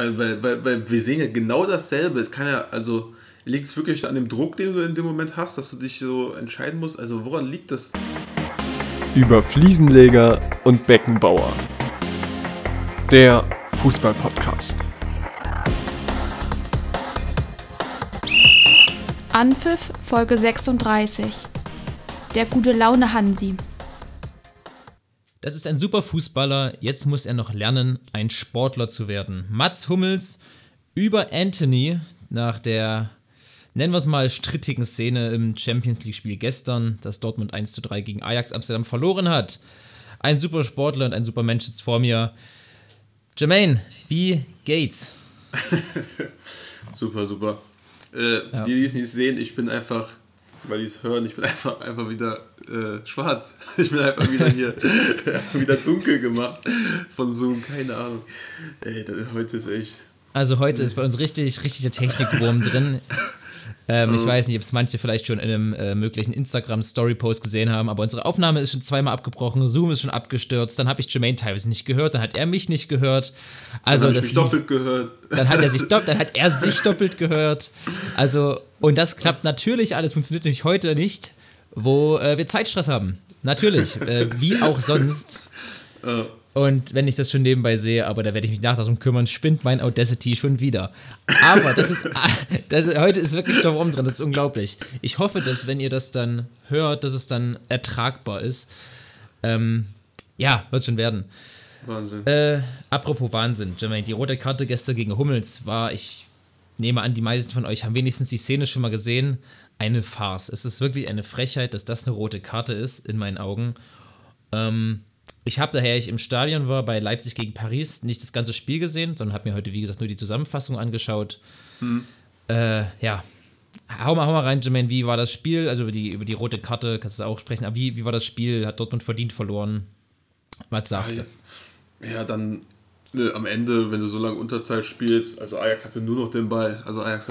Weil wir sehen ja genau dasselbe. Es kann ja, also liegt es wirklich an dem Druck, den du in dem Moment hast, dass du dich so entscheiden musst? Also woran liegt das? Über Fliesenleger und Beckenbauer. Der Fußball-Podcast. Anpfiff Folge 36. Der gute Laune Hansi. Das ist ein super Fußballer, jetzt muss er noch lernen, ein Sportler zu werden. Mats Hummels über Antony nach der, nennen wir es mal, strittigen Szene im Champions-League-Spiel gestern, das Dortmund 1:3 gegen Ajax Amsterdam verloren hat. Ein super Sportler und ein super Mensch jetzt vor mir. Jermaine, wie geht's? Super. Die es nicht sehen, ich bin einfach, weil die es hören, ich bin einfach wieder schwarz. Ich bin einfach wieder hier, wieder dunkel gemacht von Zoom, keine Ahnung. Heute ist echt... Also heute ist bei uns richtig der Technikwurm drin. Ich weiß nicht, ob es manche vielleicht schon in einem möglichen Instagram-Story-Post gesehen haben, aber unsere Aufnahme ist schon zweimal abgebrochen, Zoom ist schon abgestürzt, dann habe ich Jermaine teilweise nicht gehört, dann hat er mich nicht gehört. Also dann habe ich mich doppelt gehört. Dann hat er sich doppelt gehört. Also, und das klappt natürlich alles, funktioniert nämlich heute nicht, wo wir Zeitstress haben. Natürlich, wie auch sonst. Und wenn ich das schon nebenbei sehe, aber da werde ich mich nachher darum kümmern, spinnt mein Audacity schon wieder. Aber heute ist wirklich der Wurm drin, das ist unglaublich. Ich hoffe, dass, wenn ihr das dann hört, dass es dann ertragbar ist. Ja, wird schon werden. Wahnsinn. Apropos Wahnsinn, Jermaine, die rote Karte gestern gegen Hummels war, ich nehme an, die meisten von euch haben wenigstens die Szene schon mal gesehen, eine Farce. Es ist wirklich eine Frechheit, dass das eine rote Karte ist, in meinen Augen. Ich habe daher, ich im Stadion war, bei Leipzig gegen Paris, nicht das ganze Spiel gesehen, sondern habe mir heute, wie gesagt, nur die Zusammenfassung angeschaut. Ja, hau mal rein, Jermaine, wie war das Spiel? Also über die rote Karte kannst du auch sprechen, aber wie war das Spiel? Hat Dortmund verdient verloren? Was sagst du? Ja, dann am Ende, wenn du so lange Unterzeit spielst, also Ajax hatte nur noch den Ball,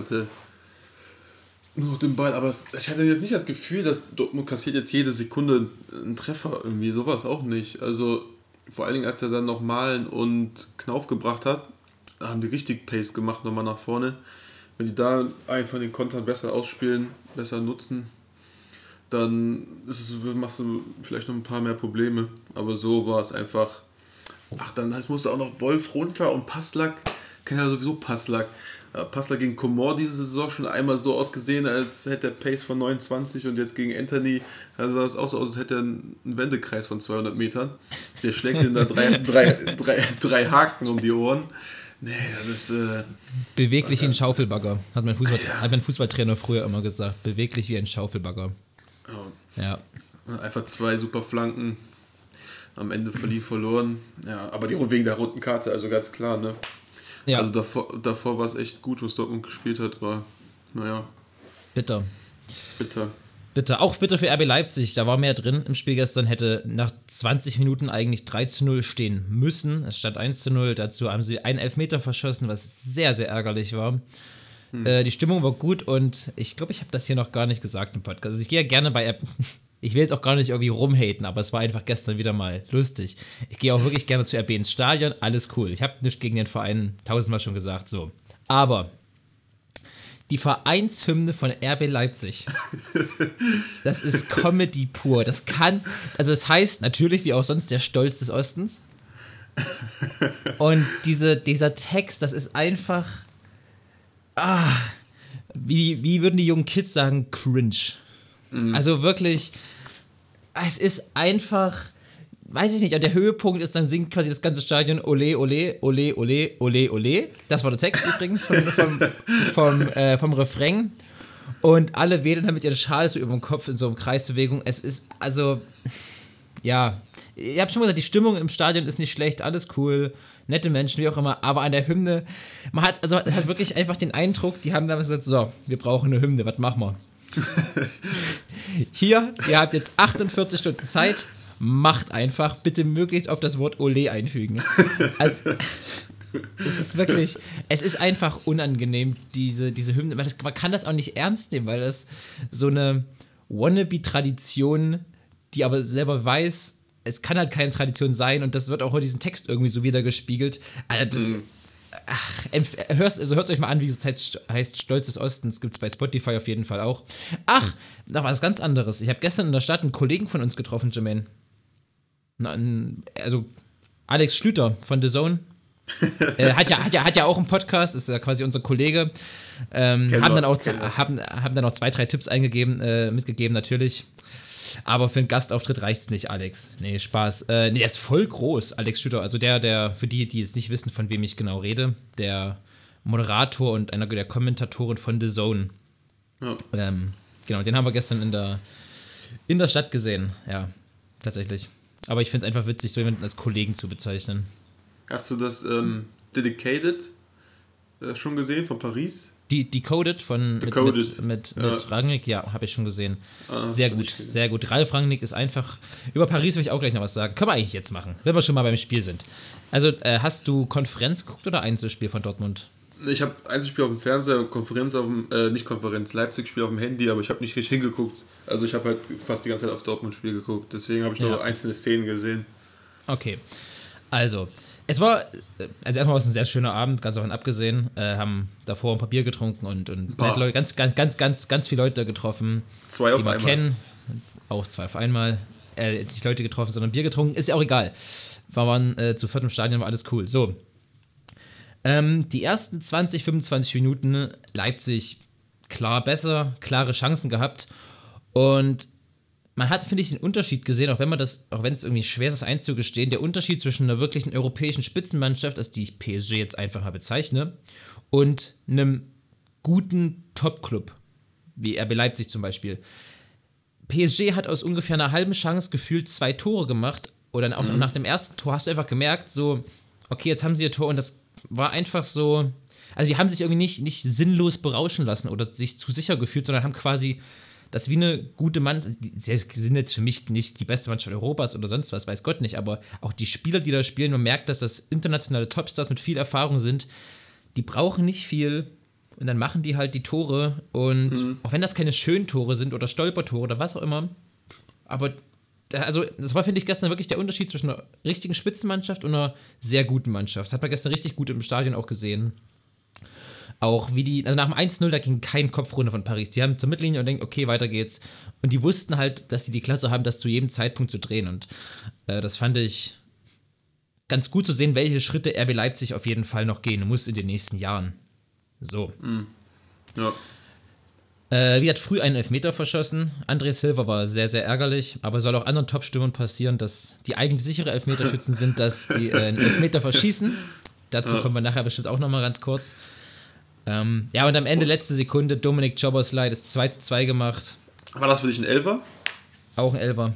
aber ich hatte jetzt nicht das Gefühl, dass Dortmund kassiert jetzt jede Sekunde einen Treffer, irgendwie sowas auch nicht. Also vor allen Dingen, als er dann noch Malen und Knauf gebracht hat, haben die richtig Pace gemacht nochmal nach vorne. Wenn die da einen von den Kontern besser ausspielen, besser nutzen, dann machst du vielleicht noch ein paar mehr Probleme. Aber so war es einfach. Dann musste auch noch Wolf runter und Passlack, kennt ja sowieso Passlack. Passlack gegen Coman diese Saison schon einmal so ausgesehen, als hätte er Pace von 29 und jetzt gegen Antony sah es auch so aus, als hätte er einen Wendekreis von 200 Metern. Der schlägt ihm da drei Haken um die Ohren. Nee, das ist... beweglich wie ein Schaufelbagger, hat mein Fußballtrainer früher immer gesagt. Beweglich wie ein Schaufelbagger. Oh. Ja. Einfach 2 super Flanken. Am Ende verloren. Ja, aber wegen der roten Karte, also ganz klar, ne? Ja. Also davor war es echt gut, was Dortmund gespielt hat, aber naja. Bitter. Auch bitter für RB Leipzig, da war mehr drin im Spiel gestern, hätte nach 20 Minuten eigentlich 3:0 stehen müssen. Es stand 1:0, dazu haben sie einen Elfmeter verschossen, was sehr, sehr ärgerlich war. Die Stimmung war gut und ich glaube, ich habe das hier noch gar nicht gesagt im Podcast. Also ich gehe ja gerne bei ich will jetzt auch gar nicht irgendwie rumhaten, aber es war einfach gestern wieder mal lustig. Ich gehe auch wirklich gerne zu RB ins Stadion, alles cool. Ich habe nichts gegen den Verein 1000-mal schon gesagt, so. Aber die Vereinshymne von RB Leipzig, das ist Comedy pur. Das heißt natürlich, wie auch sonst, der Stolz des Ostens. Und dieser Text, das ist einfach, wie würden die jungen Kids sagen, cringe. Also wirklich, es ist einfach, weiß ich nicht, und der Höhepunkt ist, dann singt quasi das ganze Stadion Ole, ole, ole, ole, ole, ole. Das war der Text übrigens vom Refrain. Und alle wedeln dann mit ihren Schals so über dem Kopf in so einer Kreisbewegung. Es ist, also, ja, ich habe schon gesagt, die Stimmung im Stadion ist nicht schlecht, alles cool, nette Menschen, wie auch immer, aber an der Hymne, man hat wirklich einfach den Eindruck, die haben damals gesagt, so, wir brauchen eine Hymne, was machen wir? Hier, ihr habt jetzt 48 Stunden Zeit, macht einfach, bitte möglichst auf das Wort Ole einfügen. Also, es ist einfach unangenehm, diese Hymne, man kann das auch nicht ernst nehmen, weil das so eine Wannabe-Tradition, die aber selber weiß, es kann halt keine Tradition sein und das wird auch in diesem Text irgendwie so wiedergespiegelt. Also hört euch mal an, wie es heißt Stolz des Ostens, gibt es bei Spotify auf jeden Fall auch. Ach, noch was ganz anderes. Ich habe gestern in der Stadt einen Kollegen von uns getroffen, Jermaine. Also Alex Schlüter von The Zone. Hat ja auch einen Podcast, ist ja quasi unser Kollege. Haben dann auch 2-3 Tipps mitgegeben natürlich. Aber für einen Gastauftritt reicht's nicht, Alex. Nee, Spaß. Der ist voll groß, Alex Schlüter. Also der, für die jetzt nicht wissen, von wem ich genau rede, der Moderator und einer der Kommentatoren von The Zone. Ja. Genau, den haben wir gestern in der Stadt gesehen. Ja, tatsächlich. Aber ich finde es einfach witzig, so jemanden als Kollegen zu bezeichnen. Hast du das Dedicated schon gesehen von Paris? Decoded mit Rangnick, ja, habe ich schon gesehen. Sehr gut, sehr gut. Ralf Rangnick ist einfach. Über Paris will ich auch gleich noch was sagen. Können wir eigentlich jetzt machen, wenn wir schon mal beim Spiel sind. Also, hast du Konferenz geguckt oder Einzelspiel von Dortmund? Ich habe Einzelspiel auf dem Fernseher, Leipzig-Spiel auf dem Handy, aber ich habe nicht richtig hingeguckt. Also ich habe halt fast die ganze Zeit auf Dortmund-Spiel geguckt, deswegen habe ich nur einzelne Szenen gesehen. Okay, also erstmal war es ein sehr schöner Abend, ganz davon abgesehen. Haben davor ein paar Bier getrunken und ganz viele Leute getroffen, 2 auf die wir einmal kennen. Auch 2 auf einmal. Jetzt nicht Leute getroffen, sondern Bier getrunken. Ist ja auch egal. Wir waren zu 4. im Stadion, war alles cool. So. Die ersten 20, 25 Minuten Leipzig klar besser, klare Chancen gehabt. Und man hat, finde ich, den Unterschied gesehen, auch wenn es irgendwie schwer ist, das einzugestehen, der Unterschied zwischen einer wirklichen europäischen Spitzenmannschaft, als die ich PSG jetzt einfach mal bezeichne, und einem guten Top-Club, wie RB Leipzig zum Beispiel. PSG hat aus ungefähr einer halben Chance gefühlt 2 Tore gemacht, oder auch nach dem ersten Tor hast du einfach gemerkt, so, okay, jetzt haben sie ihr Tor, und das war einfach so, also die haben sich irgendwie nicht sinnlos berauschen lassen oder sich zu sicher gefühlt, sondern haben quasi das wie eine gute Mannschaft, sie sind jetzt für mich nicht die beste Mannschaft Europas oder sonst was, weiß Gott nicht, aber auch die Spieler, die da spielen, man merkt, dass das internationale Topstars mit viel Erfahrung sind, die brauchen nicht viel und dann machen die halt die Tore und auch wenn das keine schönen Tore sind oder Stolpertore oder was auch immer, aber also das war, finde ich, gestern wirklich der Unterschied zwischen einer richtigen Spitzenmannschaft und einer sehr guten Mannschaft. Das hat man gestern richtig gut im Stadion auch gesehen. Auch wie also nach dem 1-0, da ging kein Kopf runter von Paris. Die haben zur Mittellinie und denken, okay, weiter geht's. Und die wussten halt, dass sie die Klasse haben, das zu jedem Zeitpunkt zu drehen. Und das fand ich ganz gut zu sehen, welche Schritte RB Leipzig auf jeden Fall noch gehen muss in den nächsten Jahren. So. Ja. Wie hat früh einen Elfmeter verschossen. André Silva war sehr, sehr ärgerlich, aber soll auch anderen Top-Stürmern passieren, dass die eigentlich sichere Elfmeterschützen sind, dass die einen Elfmeter verschießen. Dazu kommen wir nachher bestimmt auch nochmal ganz kurz. Ja, und am Ende, letzte Sekunde, Dominik Szoboszlai das 2:2 gemacht. War das für dich ein Elfer? Auch ein Elfer.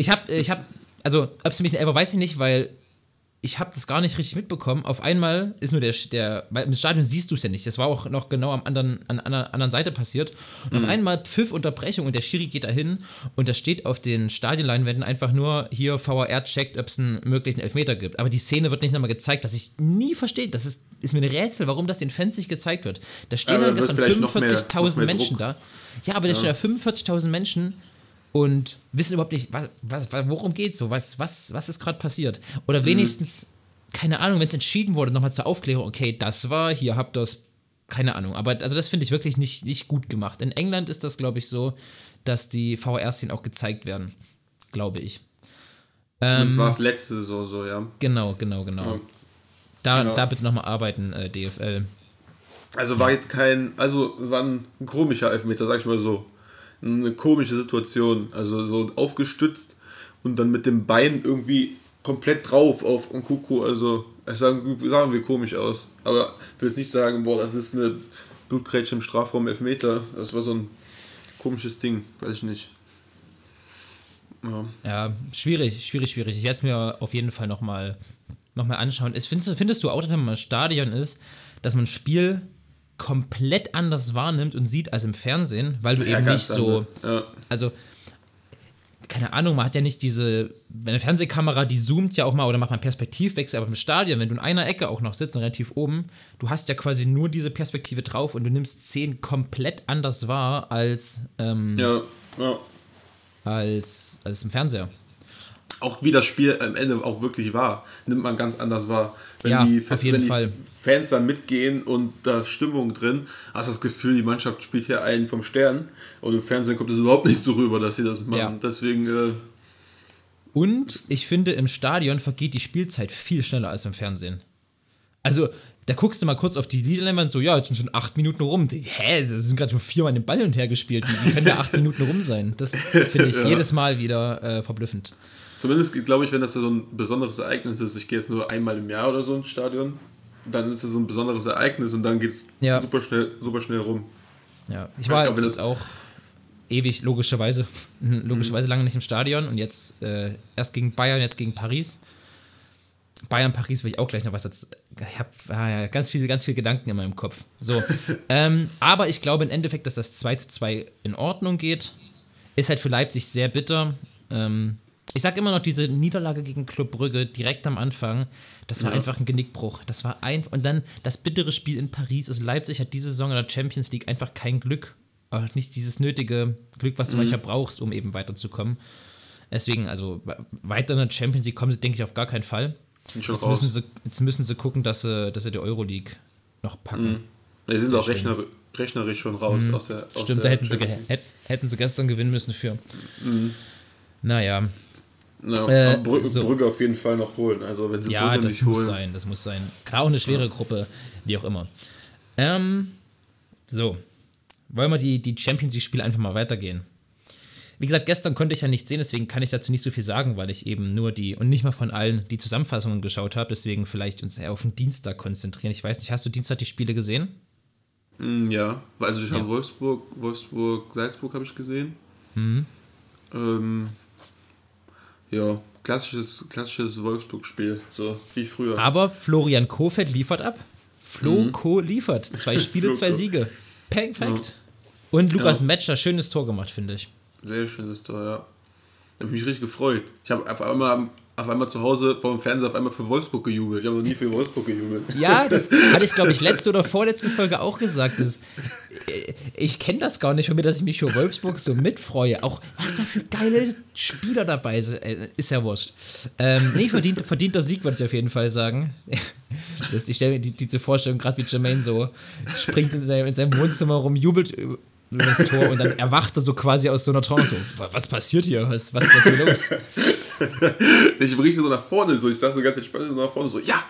Also, ob es für mich ein Elfer, weiß ich nicht, weil ich habe das gar nicht richtig mitbekommen. Auf einmal ist nur weil im Stadion siehst du es ja nicht. Das war auch noch genau an der anderen Seite passiert. Und auf einmal Pfiff, Unterbrechung und der Schiri geht da hin und da steht auf den Stadionleinwänden einfach nur, hier VAR checkt, ob es einen möglichen Elfmeter gibt. Aber die Szene wird nicht nochmal gezeigt, was ich nie verstehe. Das ist mir ein Rätsel, warum das den Fans nicht gezeigt wird. Da stehen dann gestern 45.000 Menschen da. Ja, aber da stehen da 45.000 Menschen und wissen überhaupt nicht, worum geht's so, was ist gerade passiert. Oder wenigstens, keine Ahnung, wenn es entschieden wurde, nochmal zur Aufklärung, okay, das war, hier habt ihr es, keine Ahnung. Aber also das finde ich wirklich nicht gut gemacht. In England ist das, glaube ich, so, dass die VAR-Szenen auch gezeigt werden, glaube ich. Das war das letzte Saison so, ja. Genau. Ja. Da bitte nochmal arbeiten, DFL. Also war war ein komischer Elfmeter, sag ich mal so. Eine komische Situation, also so aufgestützt und dann mit dem Bein irgendwie komplett drauf auf Nkunku, also es sah irgendwie komisch aus, aber ich will jetzt nicht sagen, boah, das ist eine Blutgrätsche im Strafraum Elfmeter, das war so ein komisches Ding, weiß ich nicht. Ja, schwierig. Ich werde es mir auf jeden Fall nochmal anschauen. Findest du auch, wenn man im Stadion ist, dass man ein Spiel komplett anders wahrnimmt und sieht als im Fernsehen, weil du eben nicht so, also keine Ahnung, man hat ja nicht eine Fernsehkamera, die zoomt ja auch mal oder macht mal einen Perspektivwechsel, aber im Stadion, wenn du in einer Ecke auch noch sitzt und relativ oben, du hast ja quasi nur diese Perspektive drauf und du nimmst Szenen komplett anders wahr als als im Fernseher. Auch wie das Spiel am Ende auch wirklich war, nimmt man ganz anders wahr. Wenn die Fans dann mitgehen und da ist Stimmung drin, hast du das Gefühl, die Mannschaft spielt hier einen vom Stern und im Fernsehen kommt es überhaupt nicht so rüber, dass sie das machen. Ja. Deswegen. Und ich finde, im Stadion vergeht die Spielzeit viel schneller als im Fernsehen. Also, da guckst du mal kurz auf die Liederleinwand so, ja, jetzt sind schon 8 Minuten rum. Das sind gerade nur 4-mal den Ball hin und her gespielt. Wie können da 8 Minuten rum sein? Das finde ich jedes Mal wieder verblüffend. Zumindest glaube ich, wenn das so ein besonderes Ereignis ist, ich gehe jetzt nur einmal im Jahr oder so ins Stadion, dann ist es so ein besonderes Ereignis und dann geht es super schnell rum. Ja, ich war jetzt auch ewig, logischerweise lange nicht im Stadion und jetzt erst gegen Bayern, jetzt gegen Paris. Bayern, Paris will ich auch gleich noch was dazu. Ich habe ganz viele Gedanken in meinem Kopf. So, aber ich glaube im Endeffekt, dass das 2:2 in Ordnung geht. Ist halt für Leipzig sehr bitter. Ich sag immer noch, diese Niederlage gegen Club Brügge direkt am Anfang, das war einfach ein Genickbruch. Das war und dann das bittere Spiel in Paris. Also Leipzig hat diese Saison in der Champions League einfach kein Glück. Auch nicht dieses nötige Glück, was du manchmal brauchst, um eben weiterzukommen. Deswegen, also weiter in der Champions League kommen sie, denke ich, auf gar keinen Fall. Jetzt müssen sie gucken, dass sie die Euroleague noch packen. Die sind auch rechnerisch schon raus. Stimmt, da hätten sie gestern gewinnen müssen für. Naja. Brügge auf jeden Fall noch holen. Also wenn sie Brügge nicht holen. Das muss sein. Klar, auch eine schwere Gruppe, wie auch immer. So. Wollen wir die Champions League-Spiele einfach mal weitergehen? Wie gesagt, gestern konnte ich ja nicht sehen, deswegen kann ich dazu nicht so viel sagen, weil ich eben nur und nicht mal von allen die Zusammenfassungen geschaut habe, deswegen vielleicht uns eher auf den Dienstag konzentrieren. Ich weiß nicht, hast du Dienstag die Spiele gesehen? Ja, also ich habe Wolfsburg-Salzburg habe ich gesehen. Ja, klassisches Wolfsburg-Spiel, so wie früher. Aber Florian Kohfeldt liefert ab. Ko liefert. 2 Spiele, 2 Siege. Perfekt. Ja. Und Lukas Metscher, schönes Tor gemacht, finde ich. Sehr schönes Tor, ja. Da habe ich mich richtig gefreut. Ich habe auf einmal zu Hause vor dem Fernseher für Wolfsburg gejubelt. Ich habe noch nie für Wolfsburg gejubelt. Ja, das hatte ich, glaube ich, letzte oder vorletzte Folge auch gesagt. Ich kenne das gar nicht von mir, dass ich mich für Wolfsburg so mitfreue. Auch was da für geile Spieler dabei sind, ist ja wurscht. Verdienter Sieg, würde ich auf jeden Fall sagen. Ich stelle mir diese Vorstellung gerade, wie Jermaine so springt in seinem Wohnzimmer rum, jubelt über das Tor und dann erwacht er so quasi aus so einer Trance. So, was passiert hier? Was ist hier los? Ich berichte so nach vorne, so ich sag so ganz entspannt so nach vorne, so ja.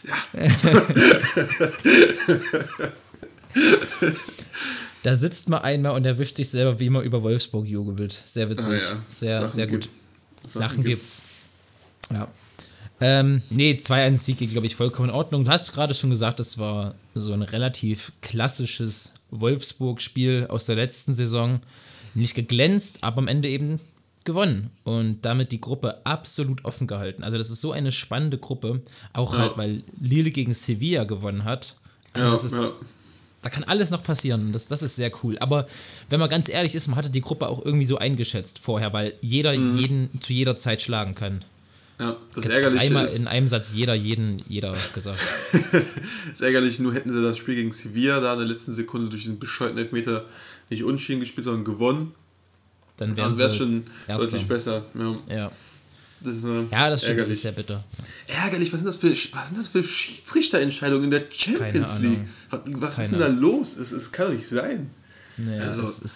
Da sitzt man einmal und erwischt sich selber, wie immer über Wolfsburg jubelt. Sehr witzig. Sehr gut. Sachen gibt's. Ja. 2-1-Sieg geht, glaube ich, vollkommen in Ordnung. Du hast gerade schon gesagt, das war so ein relativ klassisches Wolfsburg-Spiel aus der letzten Saison. Nicht geglänzt, aber am Ende eben gewonnen und damit die Gruppe absolut offen gehalten. Also das ist so eine spannende Gruppe, auch halt, weil Lille gegen Sevilla gewonnen hat. Also da kann alles noch passieren. Das ist sehr cool. Aber wenn man ganz ehrlich ist, man hatte die Gruppe auch irgendwie so eingeschätzt vorher, weil jeder jeden zu jeder Zeit schlagen kann. Ja, das Ärgerliche dreimal in einem Satz jeder gesagt. Das Ärgerliche, nur hätten sie das Spiel gegen Sevilla da in der letzten Sekunde durch diesen bescheuerten Elfmeter nicht unentschieden gespielt, sondern gewonnen. Dann wäre es schon deutlich besser. Ja. Das stimmt, das ist sehr bitter. Ärgerlich, was sind das für Schiedsrichterentscheidungen in der Champions League? Was ist denn da los? Es kann doch nicht sein. Naja,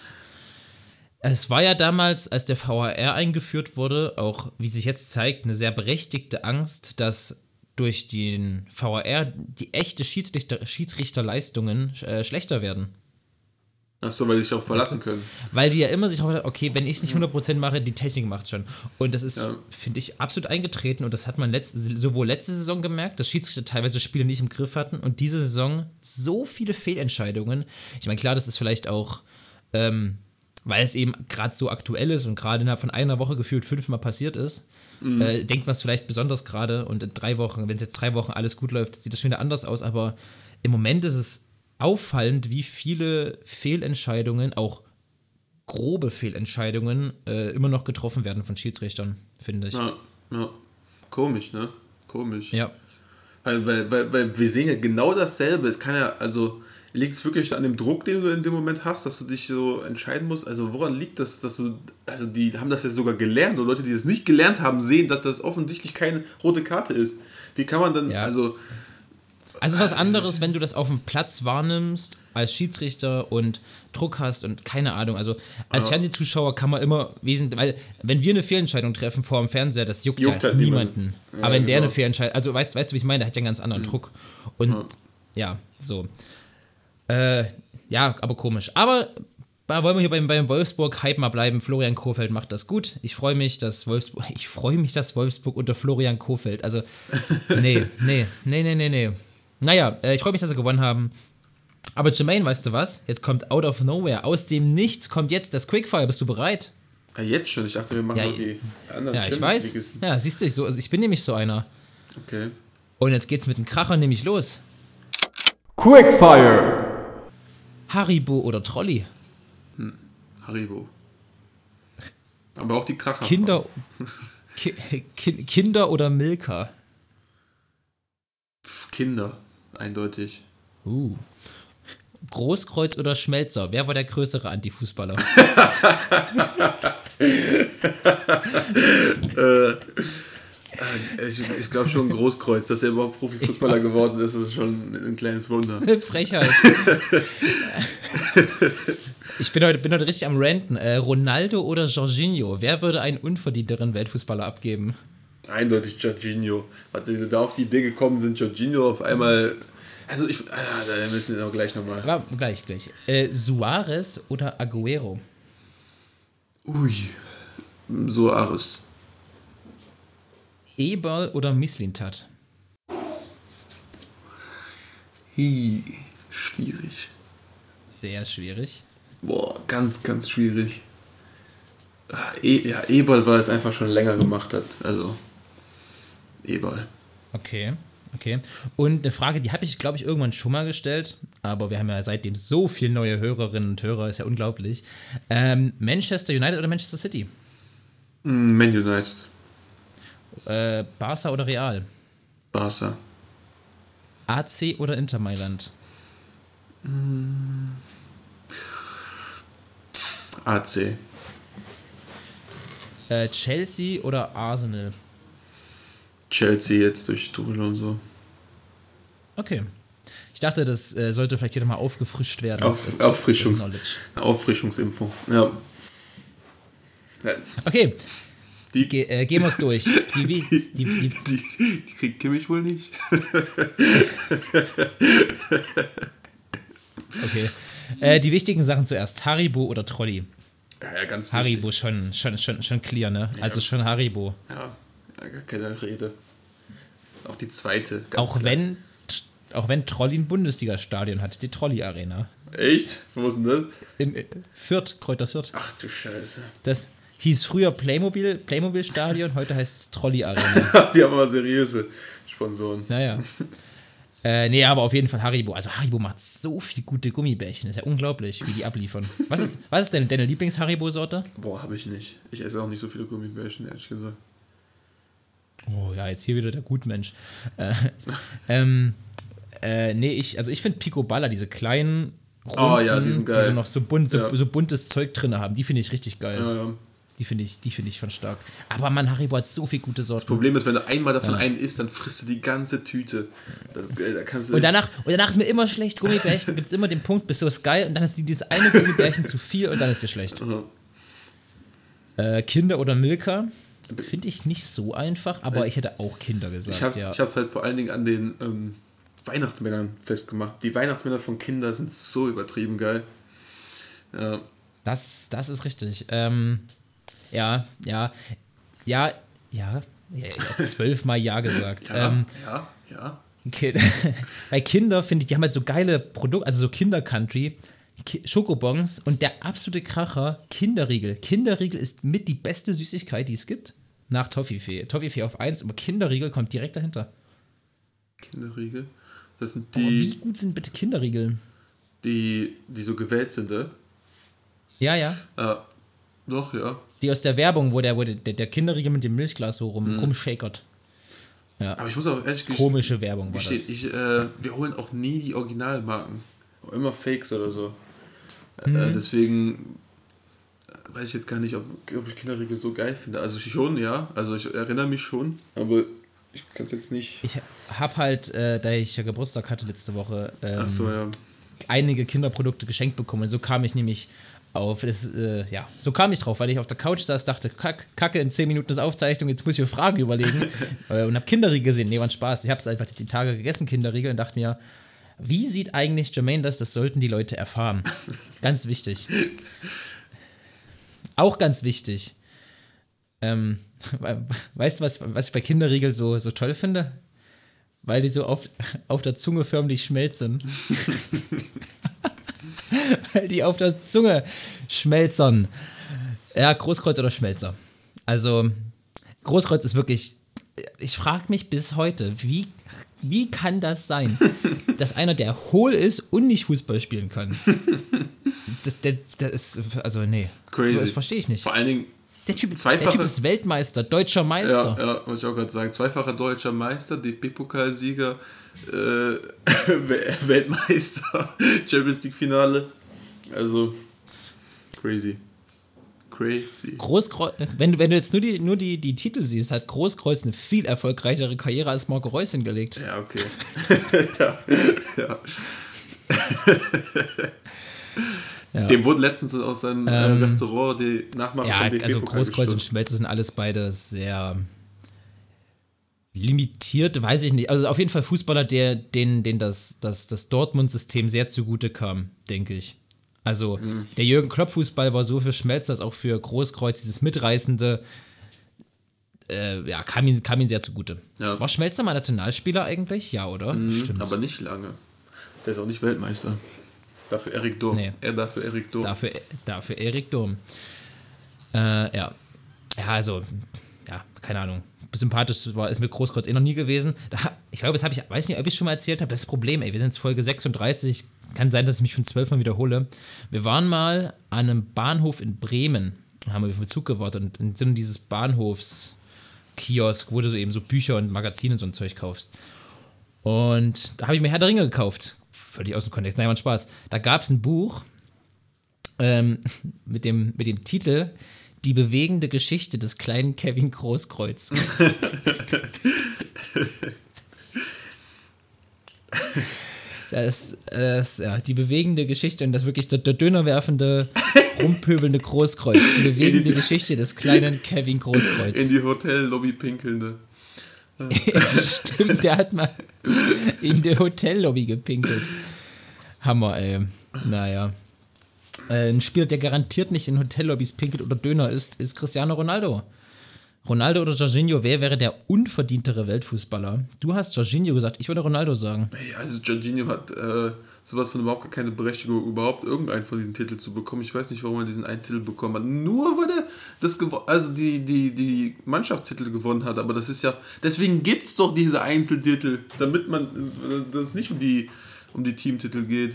es war ja damals, als der VAR eingeführt wurde, auch, wie sich jetzt zeigt, eine sehr berechtigte Angst, dass durch den VAR die echte Schiedsrichterleistungen schlechter werden. Achso, weil die sich auch verlassen können. Weil die ja immer sich auch, okay, wenn ich es nicht 100% mache, die Technik macht schon. Und das ist, finde ich, absolut eingetreten und das hat man sowohl letzte Saison gemerkt, dass Schiedsrichter teilweise Spiele nicht im Griff hatten und diese Saison so viele Fehlentscheidungen. Ich meine, klar, das ist vielleicht auch, weil es eben gerade so aktuell ist und gerade innerhalb von einer Woche gefühlt 5-mal passiert ist, denkt man es vielleicht besonders gerade und in 3 Wochen, wenn es jetzt 3 Wochen alles gut läuft, sieht das schon wieder anders aus, aber im Moment ist es auffallend, wie viele Fehlentscheidungen, auch grobe Fehlentscheidungen, immer noch getroffen werden von Schiedsrichtern, finde ich. Ja. Komisch, ne? Komisch. Ja. Weil wir sehen ja genau dasselbe. Es kann ja, also liegt es wirklich an dem Druck, den du in dem Moment hast, dass du dich so entscheiden musst? Also woran liegt das, die haben das ja sogar gelernt und Leute, die das nicht gelernt haben, sehen, dass das offensichtlich keine rote Karte ist. Wie kann man denn, Ja. also es ist was anderes, wenn du das auf dem Platz wahrnimmst, als Schiedsrichter und Druck hast und keine Ahnung. Also als Fernsehzuschauer kann man immer wesentlich, weil wenn wir eine Fehlentscheidung treffen vor dem Fernseher, das juckt ja halt niemanden. Ja, Aber wenn der genau. eine Fehlentscheidung, also weißt du, wie ich meine, der hat ja einen ganz anderen Druck. Und ja, so. Ja, aber komisch. Aber da wollen wir hier beim Wolfsburg-Hype mal bleiben. Florian Kohfeldt macht das gut. Ich freue mich, dass Wolfsburg unter Florian Kohfeldt, also nee. Naja, ich freue mich, dass sie gewonnen haben. Aber Jermaine, weißt du was? Jetzt kommt out of nowhere. Aus dem Nichts kommt jetzt das Quickfire. Bist du bereit? ja, jetzt schon. Ich dachte, wir machen noch die anderen Ja, ich weiß. Champions-Ligisten. Ja, siehst du, ich bin nämlich so einer. Okay. Und jetzt geht's mit dem Kracher nämlich los. Quickfire. Haribo oder Trolli? Haribo. Aber auch die Kracher. Kinder oder Milka? Kinder, eindeutig. Großkreuz oder Schmelzer? Wer war der größere Antifußballer? Ich glaube schon Großkreuz, dass er überhaupt Profifußballer geworden ist, ist schon ein kleines Wunder. Eine Frechheit. Ich bin heute richtig am Ranten. Ronaldo oder Jorginho? Wer würde einen unverdienteren Weltfußballer abgeben? Eindeutig Jorginho. Als sie da auf die Idee gekommen sind, Jorginho auf einmal. Also da müssen wir auch gleich nochmal. Aber gleich. Suarez oder Aguero? Ui. Suarez. Eberl oder Mislintat? Schwierig. Sehr schwierig. Boah, ganz, ganz schwierig. Eberl, weil es einfach schon länger gemacht hat. Also, Eberl. Okay. Und eine Frage, die habe ich, glaube ich, irgendwann schon mal gestellt, aber wir haben ja seitdem so viele neue Hörerinnen und Hörer, ist ja unglaublich. Manchester United oder Manchester City? Man United. Barca oder Real? Barca. AC oder Inter Mailand? AC. Chelsea oder Arsenal? Chelsea jetzt durch Tuchel und so. Okay. Ich dachte, das sollte vielleicht wieder mal aufgefrischt werden. Das Auffrischungsimpfung. Ja. Okay. Gehen wir es durch. Die kriegt Kimmich wohl nicht. Okay. Die wichtigen Sachen zuerst. Haribo oder Trolli? Ja, ganz wichtig. Haribo schon clear, ne? Ja. Also schon Haribo. Ja, gar keine Rede. Auch die zweite. Auch wenn Trolli ein Bundesliga-Stadion hat, die Trolli-Arena. Echt? Wo ist denn das? In Fürth, Kräuter Fürth. Ach du Scheiße. Das hieß früher Playmobil-Stadion, heute heißt es Trolli-Arena. Die haben aber seriöse Sponsoren. Naja. Nee, aber auf jeden Fall Haribo. Also Haribo macht so viel gute Gummibärchen. Ist ja unglaublich, wie die abliefern. Was ist denn deine Lieblings-Haribo-Sorte? Boah, habe ich nicht. Ich esse auch nicht so viele Gummibärchen, ehrlich gesagt. Oh ja, jetzt hier wieder der Gutmensch. Nee, ich finde Picoballa, diese kleinen Runden, die sind geil. die so noch so buntes Zeug drin haben, die finde ich richtig geil. Ja. Die finde ich schon stark. Aber Mann, Haribo hat so viel gute Sorten. Das Problem ist, wenn du einmal davon einen isst, dann frisst du die ganze Tüte. Da kannst du und danach ist mir immer schlecht. Gummibärchen gibt es immer den Punkt, bist du was geil und dann ist dieses eine Gummibärchen zu viel und dann ist dir schlecht. Kinder oder Milka? Finde ich nicht so einfach, aber ich hätte auch Kinder gesagt. Ich habe es halt vor allen Dingen an den Weihnachtsmännern festgemacht. Die Weihnachtsmänner von Kindern sind so übertrieben geil. Ja. Das ist richtig. Ja. 12-mal Ja gesagt. Ja. Bei Kinder finde ich, die haben halt so geile Produkte, also so Kinder-Country, Schokobons und der absolute Kracher, Kinderriegel. Kinderriegel ist mit die beste Süßigkeit, die es gibt, nach Toffifee. Toffifee auf 1, aber Kinderriegel kommt direkt dahinter. Kinderriegel? Das sind wie gut sind bitte Kinderriegel? Die so gewählt sind, Ja. Doch, ja. Die aus der Werbung, wo der Kinderriegel mit dem Milchglas so rumshakert. Ja. Aber ich muss auch ehrlich komische Werbung war das. Wir holen auch nie die Originalmarken. Immer Fakes oder so. Deswegen weiß ich jetzt gar nicht, ob ich Kinderriegel so geil finde. Also schon, ja. Also ich erinnere mich schon. Aber Ich kann es jetzt nicht. Ich habe halt, da ich ja Geburtstag hatte letzte Woche, Ach so, ja. einige Kinderprodukte geschenkt bekommen. Und so kam ich nämlich so kam ich drauf, weil ich auf der Couch saß, dachte, Kacke, in 10 Minuten ist Aufzeichnung, jetzt muss ich mir Fragen überlegen. Und habe Kinderriegel gesehen. Nee, war ein Spaß. Ich habe es einfach die Tage gegessen, Kinderriegel, und dachte mir, wie sieht eigentlich Jermaine das? Das sollten die Leute erfahren. Ganz wichtig. Auch ganz wichtig. Weißt du, was ich bei Kinderriegel so toll finde? Weil die so auf der Zunge förmlich schmelzen. Weil die auf der Zunge schmelzern. Ja, Großkreuz oder Schmelzer. Also, Großkreuz ist wirklich, ich frage mich bis heute, wie kann das sein, dass einer, der hohl ist und nicht Fußball spielen kann? Das ist, also nee. Crazy. Das verstehe ich nicht. Vor allen Dingen der Typ ist Weltmeister, deutscher Meister. Ja, wollte ich auch gerade sagen. Zweifacher deutscher Meister, DFB-Pokalsieger, Weltmeister, Champions League-Finale. Also, crazy. Großkreuz, wenn du jetzt nur die Titel siehst, hat Großkreuz eine viel erfolgreichere Karriere als Marco Reus hingelegt. Ja, okay. ja. Ja. Dem wurde letztens aus seinem Restaurant die Nachmache von DFB-Pokal also Großkreuz und Schmelzer sind alles beide sehr limitiert, weiß ich nicht. Also auf jeden Fall Fußballer, denen das Dortmund-System sehr zugute kam, denke ich. Also der Jürgen Klopp-Fußball war so für Schmelzer als auch für Großkreuz dieses Mitreißende, kam ihm sehr zugute. Ja. War Schmelzer mal Nationalspieler eigentlich? Ja, oder? Stimmt. Aber nicht lange. Der ist auch nicht Weltmeister. Dafür Erik Durm. Nee. Dafür Erik Durm. Dafür Erik Durm. Ja. Ja, also, ja, keine Ahnung. Sympathisch ist mir Großkreuz noch nie gewesen. Ich glaube, weiß nicht, ob ich es schon mal erzählt habe, das ist das Problem, wir sind jetzt Folge 36, kann sein, dass ich mich schon 12 Mal wiederhole. Wir waren mal an einem Bahnhof in Bremen und haben auf den Zug gewartet und in Sinne dieses Bahnhofskiosk, wo du so eben so Bücher und Magazine und so ein Zeug kaufst. Und da habe ich mir Herr der Ringe gekauft. Völlig aus dem Kontext, nein, war ein Spaß. Da gab es ein Buch mit dem Titel Die bewegende Geschichte des kleinen Kevin Großkreuz. Das die bewegende Geschichte und das wirklich der dönerwerfende, rumpöbelnde Großkreuz. Die bewegende Geschichte des kleinen Kevin Großkreuz. In die Hotellobby pinkelnde. Stimmt, der hat mal in der Hotellobby gepinkelt. Hammer, ey. Naja. Ein Spieler, der garantiert nicht in Hotellobbys pinkelt oder Döner ist Cristiano Ronaldo. Ronaldo oder Jorginho, wer wäre der unverdientere Weltfußballer? Du hast Jorginho gesagt, ich würde Ronaldo sagen. Also Jorginho hat sowas von überhaupt keine Berechtigung, überhaupt irgendeinen von diesen Titeln zu bekommen. Ich weiß nicht, warum er diesen einen Titel bekommen hat. Nur weil er die Mannschaftstitel gewonnen hat. Aber das ist ja, deswegen gibt es doch diese Einzeltitel, damit man das nicht um die Teamtitel geht.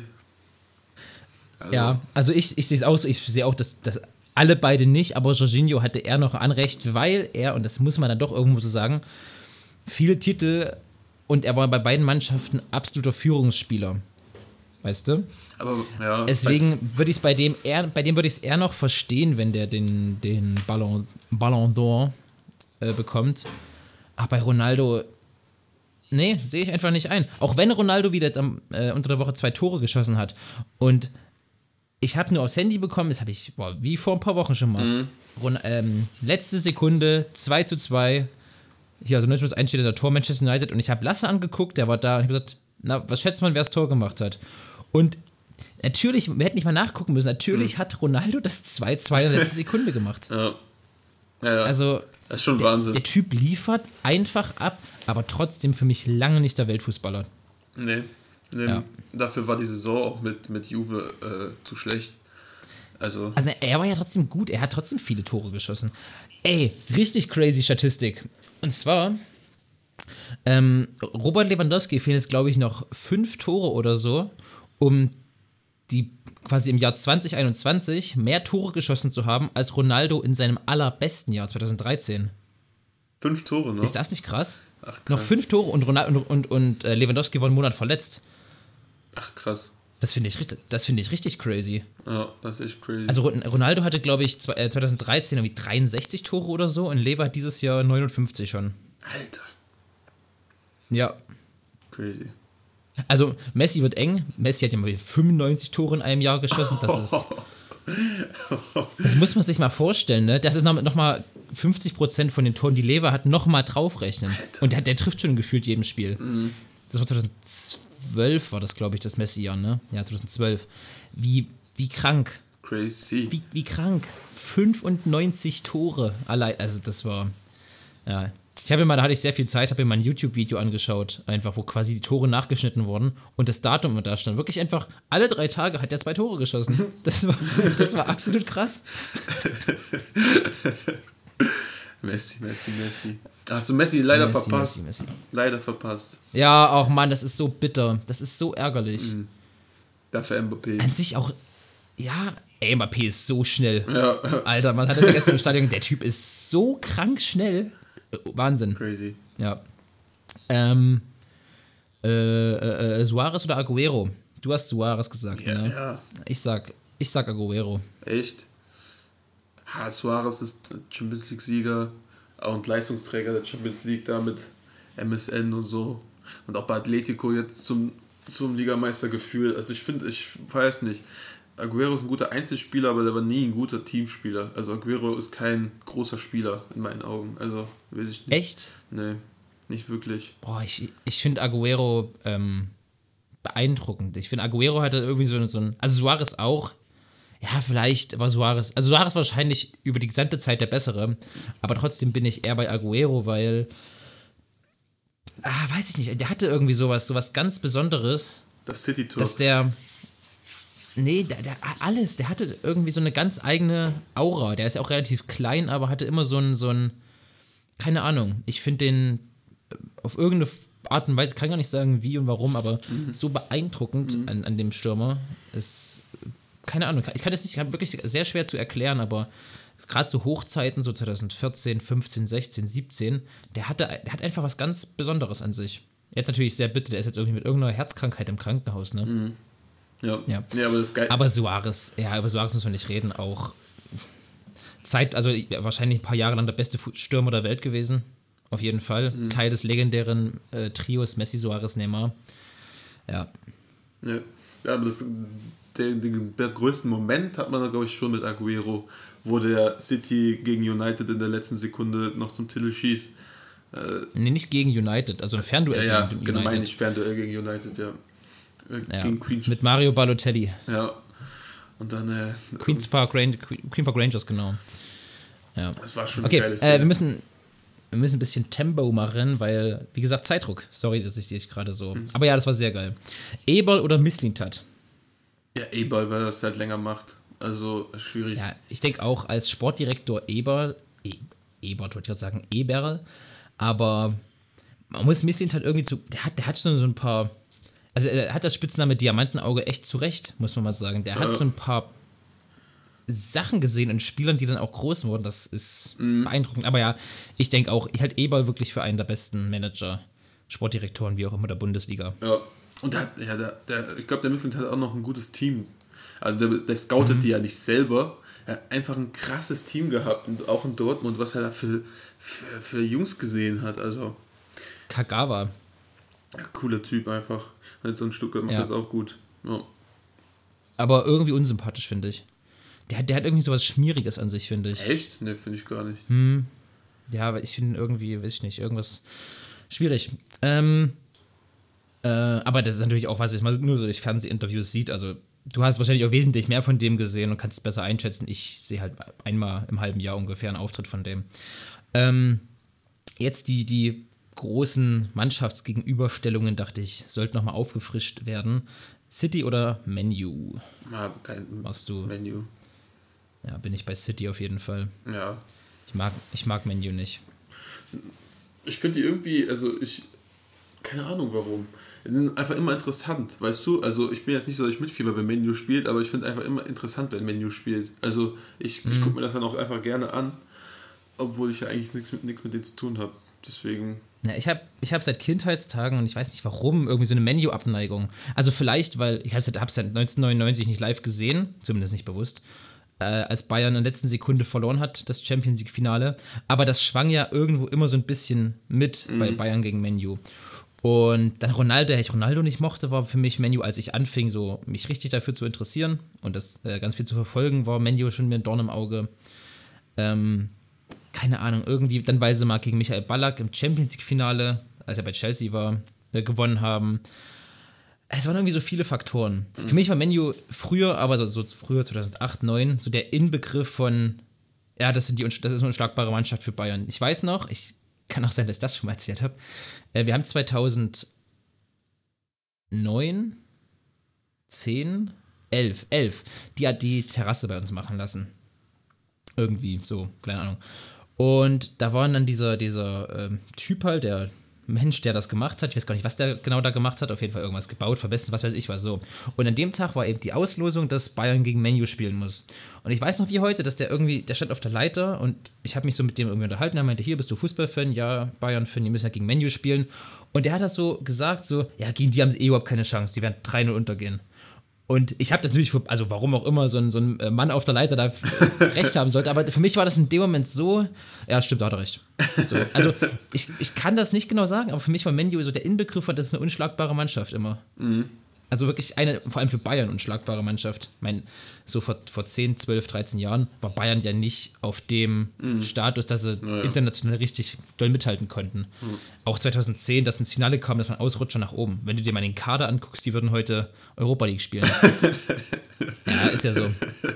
Also. Ja, also ich sehe es auch so, ich sehe auch, dass alle beide nicht, aber Jorginho hatte eher noch Anrecht, weil er, und das muss man dann doch irgendwo so sagen, viele Titel und er war bei beiden Mannschaften absoluter Führungsspieler. Weißt du? Aber, ja. Deswegen würde ich es bei dem würde ich es eher noch verstehen, wenn der den Ballon d'Or bekommt. Aber bei Ronaldo, nee, sehe ich einfach nicht ein. Auch wenn Ronaldo wieder jetzt unter der Woche 2 Tore geschossen hat und ich habe nur aufs Handy bekommen, das habe ich, wie vor ein paar Wochen schon mal. Letzte Sekunde, 2:2. Hier, also 9:1 steht in der Tor Manchester United und ich habe Lasse angeguckt, der war da und ich habe gesagt, na, was schätzt man, wer das Tor gemacht hat? Und natürlich, wir hätten nicht mal nachgucken müssen, natürlich hat Ronaldo das 2:2 in der letzten Sekunde gemacht. Ja. Also, das ist schon Wahnsinn. Der Typ liefert einfach ab, aber trotzdem für mich lange nicht der Weltfußballer. Nee. Ja. Dafür war die Saison auch mit Juve zu schlecht. Also er war ja trotzdem gut, er hat trotzdem viele Tore geschossen. Ey, richtig crazy Statistik. Und zwar, Robert Lewandowski fehlen jetzt, glaube ich, noch 5 Tore oder so, um die quasi im Jahr 2021 mehr Tore geschossen zu haben, als Ronaldo in seinem allerbesten Jahr 2013. 5 Tore, ne? Ist das nicht krass? Ach, noch 5 Tore und Lewandowski war einen Monat verletzt. Ach, krass. Das finde ich richtig crazy. Ja, das ist echt crazy. Also Ronaldo hatte, glaube ich, 2013 irgendwie 63 Tore oder so und Lever hat dieses Jahr 59 schon. Alter. Ja. Crazy. Also Messi wird eng. Messi hat ja mal 95 Tore in einem Jahr geschossen. Das muss man sich mal vorstellen, ne? Das ist noch mal 50% von den Toren, die Lever hat, noch mal draufrechnen. Alter. Und der trifft schon gefühlt jedem Spiel. Mhm. Das war 2012, war das, glaube ich, das Messi-Jahr, ne? Ja, 2012. Wie krank. Crazy. Wie krank. 95 Tore allein. Also das war, ja. Da hatte ich sehr viel Zeit, habe mir mal ein YouTube-Video angeschaut, einfach, wo quasi die Tore nachgeschnitten wurden und das Datum immer da stand. Wirklich einfach, alle 3 Tage hat er 2 Tore geschossen. Das war absolut krass. Messi. Hast du Messi leider verpasst? Messi. Leider verpasst. Ja, auch Mann, das ist so bitter. Das ist so ärgerlich. Dafür Mbappé. An sich auch, ja, Mbappé ist so schnell. Ja. Alter, man hat das ja gestern im Stadion, der Typ ist so krank schnell. Wahnsinn. Crazy. Ja. Suarez oder Aguero? Du hast Suarez gesagt, ja, ne? Ja. Ich sag Aguero. Echt? Suarez ist Champions League-Sieger und Leistungsträger der Champions League da mit MSN und so. Und auch bei Atletico jetzt zum Ligameister gefühlt. Also ich weiß nicht. Aguero ist ein guter Einzelspieler, aber der war nie ein guter Teamspieler. Also Aguero ist kein großer Spieler in meinen Augen. Also, weiß ich nicht. Echt? Nee, nicht wirklich. Boah, ich finde Aguero beeindruckend. Ich finde, Aguero hatte irgendwie so ein... Also Suarez auch. Ja, vielleicht war Suarez... Also Suarez war wahrscheinlich über die gesamte Zeit der Bessere. Aber trotzdem bin ich eher bei Aguero, weil... weiß ich nicht. Der hatte irgendwie sowas ganz Besonderes. Das City-Tor. Dass der... Nee, der hatte irgendwie so eine ganz eigene Aura. Der ist ja auch relativ klein, aber hatte immer so ein keine Ahnung. Ich finde den auf irgendeine Art und Weise, kann gar nicht sagen wie und warum, aber so beeindruckend an dem Stürmer. Ist, keine Ahnung, ich kann das nicht, wirklich sehr schwer zu erklären, aber gerade so Hochzeiten, so 2014, 15, 16, 17, der hat einfach was ganz Besonderes an sich. Jetzt natürlich sehr bitter, der ist jetzt irgendwie mit irgendeiner Herzkrankheit im Krankenhaus, ne? Mhm. Ja. Nee, aber das ist geil. Aber Suarez, über Suarez muss man nicht reden, auch wahrscheinlich ein paar Jahre lang der beste Stürmer der Welt gewesen, auf jeden Fall. Teil des legendären Trios Messi, Suarez, Neymar. Ja. Ja, aber den größten Moment hat man, glaube ich, schon mit Aguero, wo der City gegen United in der letzten Sekunde noch zum Titel schießt. Nee, nicht gegen United, also ein Fernduell gegen United. Genau, meine ich, Fernduell gegen United, ja. Gegen mit Mario Balotelli. Ja. Und dann Queen's Park Rangers, genau. Ja. Das war schon okay, eine geile Szene. Wir müssen ein bisschen Tempo machen, weil, wie gesagt, Zeitdruck. Sorry, dass ich dich gerade so... Aber ja, das war sehr geil. Eberl oder Mislintat? Ja, Eberl, weil er das halt länger macht. Also, schwierig. Ja, ich denke auch als Sportdirektor Eberl, wollte ich gerade sagen, Eberl, aber man muss Mislintat irgendwie der hat schon so ein paar... Also er hat das Spitzname Diamantenauge echt zurecht, muss man mal sagen. Der hat so ein paar Sachen gesehen in Spielern, die dann auch groß wurden. Das ist beeindruckend. Aber ja, ich denke auch, ich halte Eberl wirklich für einen der besten Manager, Sportdirektoren, wie auch immer der Bundesliga. Ja, und ich glaube, der Mislintat hat auch noch ein gutes Team. Also der scoutet die ja nicht selber. Er hat einfach ein krasses Team gehabt. Und auch in Dortmund, was er da für Jungs gesehen hat. Also Kagawa. Ja, cooler Typ einfach. Halt so ein Stück macht das auch gut. Ja. Aber irgendwie unsympathisch, finde ich. Der hat irgendwie sowas Schmieriges an sich, finde ich. Echt? Ne, finde ich gar nicht. Ja, aber ich finde irgendwie, weiß ich nicht, irgendwas schwierig. Aber das ist natürlich auch, was ich mal nur so durch Fernsehinterviews sieht. Also du hast wahrscheinlich auch wesentlich mehr von dem gesehen und kannst es besser einschätzen. Ich sehe halt einmal im halben Jahr ungefähr einen Auftritt von dem. Jetzt die großen Mannschaftsgegenüberstellungen, dachte ich, sollten nochmal aufgefrischt werden. City oder Man U? Machst du? Man U. Ja, bin ich bei City auf jeden Fall. Ja. Ich mag Man U nicht. Ich finde die irgendwie, keine Ahnung warum. Die sind einfach immer interessant, weißt du? Also ich bin jetzt nicht so, dass ich mitfieber, wenn Man U spielt, aber ich finde es einfach immer interessant, wenn Man U spielt. Also ich gucke mir das dann auch einfach gerne an, obwohl ich ja eigentlich nichts mit denen zu tun habe. Deswegen... Ja, ich hab seit Kindheitstagen, und ich weiß nicht warum, irgendwie so eine Man U-Abneigung. Also vielleicht, weil ich hab's seit 1999 nicht live gesehen, zumindest nicht bewusst, als Bayern in der letzten Sekunde verloren hat, das Champions League-Finale. Aber das schwang ja irgendwo immer so ein bisschen mit bei Bayern gegen Man U. Und dann Ronaldo, der ich Ronaldo nicht mochte, war für mich Man U, als ich anfing, so mich richtig dafür zu interessieren und das ganz viel zu verfolgen, war Man U schon mir ein Dorn im Auge. Keine Ahnung, irgendwie, dann weil sie mal gegen Michael Ballack im Champions-League-Finale, als er bei Chelsea war, gewonnen haben. Es waren irgendwie so viele Faktoren. Für mich war Man U früher, aber so früher 2008, 2009, so der Inbegriff von, ja, das ist eine unschlagbare Mannschaft für Bayern. Ich weiß noch, kann auch sein, dass ich das schon mal erzählt habe. Wir haben 2009, 10, 11, die hat die Terrasse bei uns machen lassen. Irgendwie, so, keine Ahnung. Und da war dann dieser Typ halt, der Mensch, der das gemacht hat, ich weiß gar nicht, was der genau da gemacht hat, auf jeden Fall irgendwas gebaut, verbessert, was weiß ich was, so. Und an dem Tag war eben die Auslosung, dass Bayern gegen Man U spielen muss. Und ich weiß noch wie heute, dass der stand auf der Leiter und ich habe mich so mit dem irgendwie unterhalten, er meinte, hier, bist du Fußballfan? Ja, Bayern-Fan, die müssen ja gegen Man U spielen. Und der hat das so gesagt, so, ja, gegen die haben sie überhaupt keine Chance, die werden 3-0 untergehen. Und ich habe das natürlich, also warum auch immer so ein Mann auf der Leiter da recht haben sollte, aber für mich war das in dem Moment so, ja, stimmt, da hat er recht. So, also ich kann das nicht genau sagen, aber für mich war Man U so der Inbegriff von, das ist eine unschlagbare Mannschaft immer. Mhm. Also wirklich eine, vor allem für Bayern, unschlagbare Mannschaft. Ich meine, so vor 10, 12, 13 Jahren war Bayern ja nicht auf dem Status, dass sie international richtig doll mithalten konnten. Mhm. Auch 2010, dass ins Finale kam, dass man Ausrutscher nach oben. Wenn du dir mal den Kader anguckst, die würden heute Europa League spielen. Ja, ist ja so.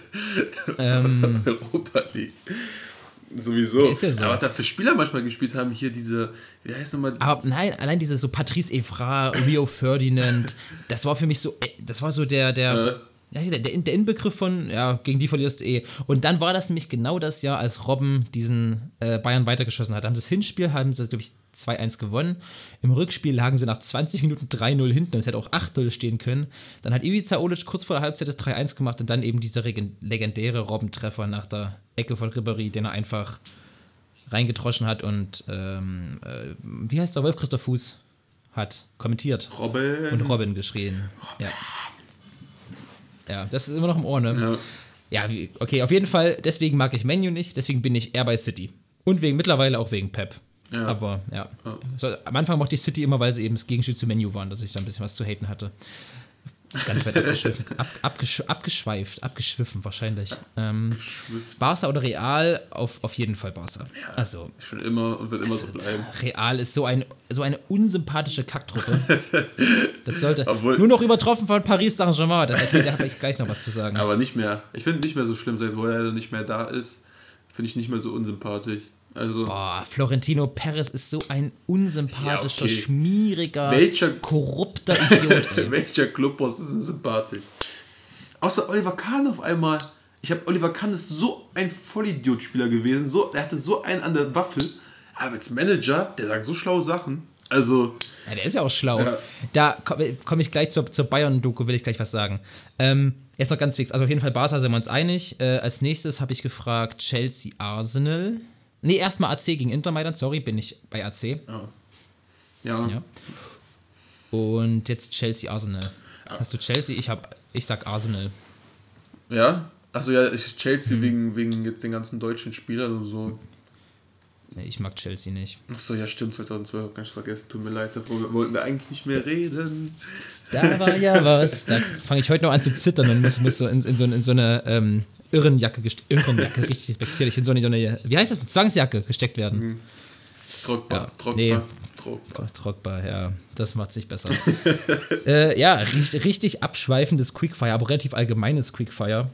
Europa League. Sowieso. Ist ja so. Aber was da für Spieler manchmal gespielt haben, hier diese, wie heißt nochmal? Aber nein, allein diese so Patrice Evra, Rio Ferdinand, das war für mich so, das war so der Inbegriff von, ja, gegen die verlierst du eh. Und dann war das nämlich genau das Jahr, als Robben diesen Bayern weitergeschossen hat. Da haben sie das Hinspiel, glaube ich, 2-1 gewonnen. Im Rückspiel lagen sie nach 20 Minuten 3-0 hinten und es hätte auch 8-0 stehen können. Dann hat Ivica Olic kurz vor der Halbzeit das 3-1 gemacht und dann eben dieser legendäre Robben-Treffer nach der Ecke von Ribéry, den er einfach reingedroschen hat und wie heißt der, Wolf-Christoph Fuß hat kommentiert. Robben geschrien. Ja. Ja, das ist immer noch im Ohr, ne? Ja, okay, auf jeden Fall, deswegen mag ich Man U nicht, deswegen bin ich eher bei City. Und mittlerweile auch wegen Pep. Ja. Aber ja. So, am Anfang mochte ich City immer, weil sie eben das Gegenstück zu Man U waren, dass ich da ein bisschen was zu haten hatte. Ganz weit abgeschwiffen wahrscheinlich. Barca oder Real, auf jeden Fall Barca. Ja, also schon immer und wird immer so bleiben. Real ist so eine unsympathische Kacktruppe. Das sollte nur noch übertroffen von Paris Saint-Germain. Da habe ich gleich noch was zu sagen. Aber nicht mehr. Ich finde nicht mehr so schlimm, seit er nicht mehr da ist, finde ich nicht mehr so unsympathisch. Also, Florentino Perez ist so ein unsympathischer, schmieriger, korrupter Idiot. Welcher Clubboss ist denn sympathisch? Außer Oliver Kahn auf einmal. Oliver Kahn ist so ein Vollidiot-Spieler gewesen. Der hatte so einen an der Waffel. Aber als Manager, der sagt so schlaue Sachen. Also. Ja, der ist ja auch schlau. Ja. Da komme ich gleich zur Bayern-Doku, will ich gleich was sagen. Jetzt noch ganz fix. Also auf jeden Fall Barca sind wir uns einig. Als nächstes habe ich gefragt Chelsea, Arsenal. Nee, erstmal AC gegen Inter Mailand, sorry, bin ich bei AC. Oh. Ja. Und jetzt Chelsea, Arsenal. Hast du Chelsea? Ich sag Arsenal. Ja? Achso, ja, ist Chelsea wegen jetzt den ganzen deutschen Spielern und so. Nee, ich mag Chelsea nicht. Achso, ja stimmt, 2012 hab ich ganz vergessen, tut mir leid, davor wollten wir eigentlich nicht mehr reden. Da war ja was. Da fange ich heute noch an zu zittern und muss so in so eine Irrenjacke, richtig respektierlich, in so eine, wie heißt das, eine Zwangsjacke gesteckt werden. Drogba, ja, das macht's nicht besser. Ja, richtig abschweifendes Quickfire, aber relativ allgemeines Quickfire.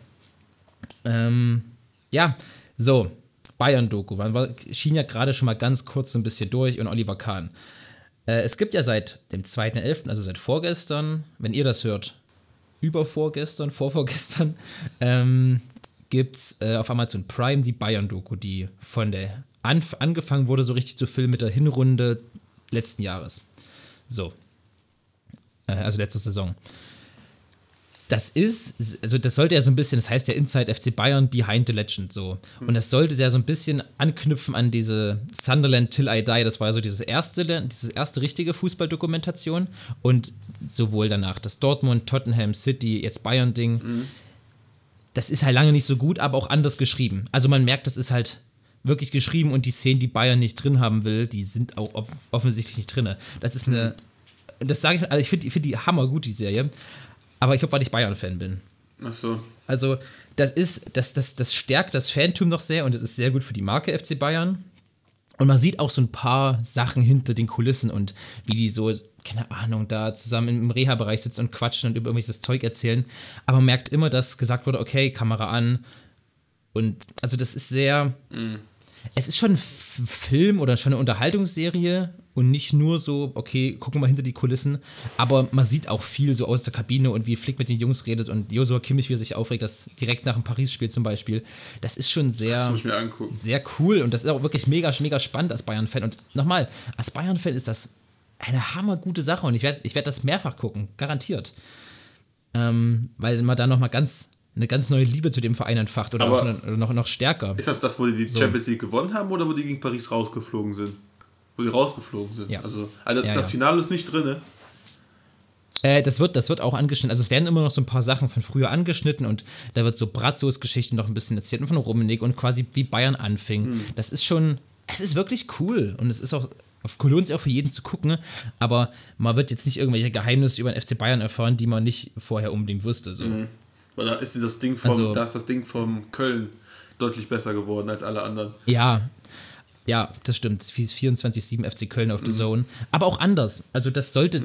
Ja, so, Bayern-Doku, schien ja gerade schon mal ganz kurz so ein bisschen durch und Oliver Kahn. Es gibt ja seit dem 2.11., also seit vorgestern, wenn ihr das hört, vorvorgestern, gibt's auf Amazon Prime die Bayern-Doku, die von der angefangen wurde, so richtig zu filmen mit der Hinrunde letzten Jahres. So. Also letzte Saison. Das sollte ja so ein bisschen, das heißt ja Inside FC Bayern Behind the Legend, so. Und das sollte ja so ein bisschen anknüpfen an diese Sunderland Till I Die, das war ja so diese erste richtige Fußballdokumentation und sowohl danach das Dortmund, Tottenham, City, jetzt Bayern-Ding. Das ist halt lange nicht so gut, aber auch anders geschrieben. Also man merkt, das ist halt wirklich geschrieben und die Szenen, die Bayern nicht drin haben will, die sind auch offensichtlich nicht drin. Das ist eine das sage ich, also ich finde die hammergut, die Serie, aber ich glaube, weil ich Bayern-Fan bin. Ach so. Also, das stärkt das Fantum noch sehr und es ist sehr gut für die Marke FC Bayern. Und man sieht auch so ein paar Sachen hinter den Kulissen und wie die so, keine Ahnung, da zusammen im Reha-Bereich sitzen und quatschen und über irgendwelches Zeug erzählen. Aber man merkt immer, dass gesagt wurde, okay, Kamera an. Und also das ist sehr, es ist schon ein Film oder schon eine Unterhaltungsserie und nicht nur so, okay, gucken wir mal hinter die Kulissen, aber man sieht auch viel so aus der Kabine und wie Flick mit den Jungs redet und Joshua Kimmich, wie er sich aufregt, das direkt nach dem Paris-Spiel zum Beispiel, das ist schon sehr, muss ich mir angucken. Sehr cool und das ist auch wirklich mega, mega spannend als Bayern-Fan und nochmal, als Bayern-Fan ist das eine hammergute Sache und ich werd das mehrfach gucken, garantiert, weil man da nochmal eine ganz neue Liebe zu dem Verein entfacht oder auch noch stärker. Ist das, wo die Champions League gewonnen haben oder wo die gegen Paris rausgeflogen sind? Wo die rausgeflogen sind. Ja. Also das Finale ist nicht drin, ne? Das wird auch angeschnitten. Also es werden immer noch so ein paar Sachen von früher angeschnitten und da wird so Brazzos Geschichte noch ein bisschen erzählt und von Rummenigge und quasi wie Bayern anfing. Das ist schon, es ist wirklich cool und es ist auch, lohnt sich auch für jeden zu gucken, aber man wird jetzt nicht irgendwelche Geheimnisse über den FC Bayern erfahren, die man nicht vorher unbedingt wusste. So. Weil da ist das Ding vom Köln deutlich besser geworden als alle anderen. Ja, das stimmt. 24/7 FC Köln auf The Zone. Aber auch anders. Also das sollte,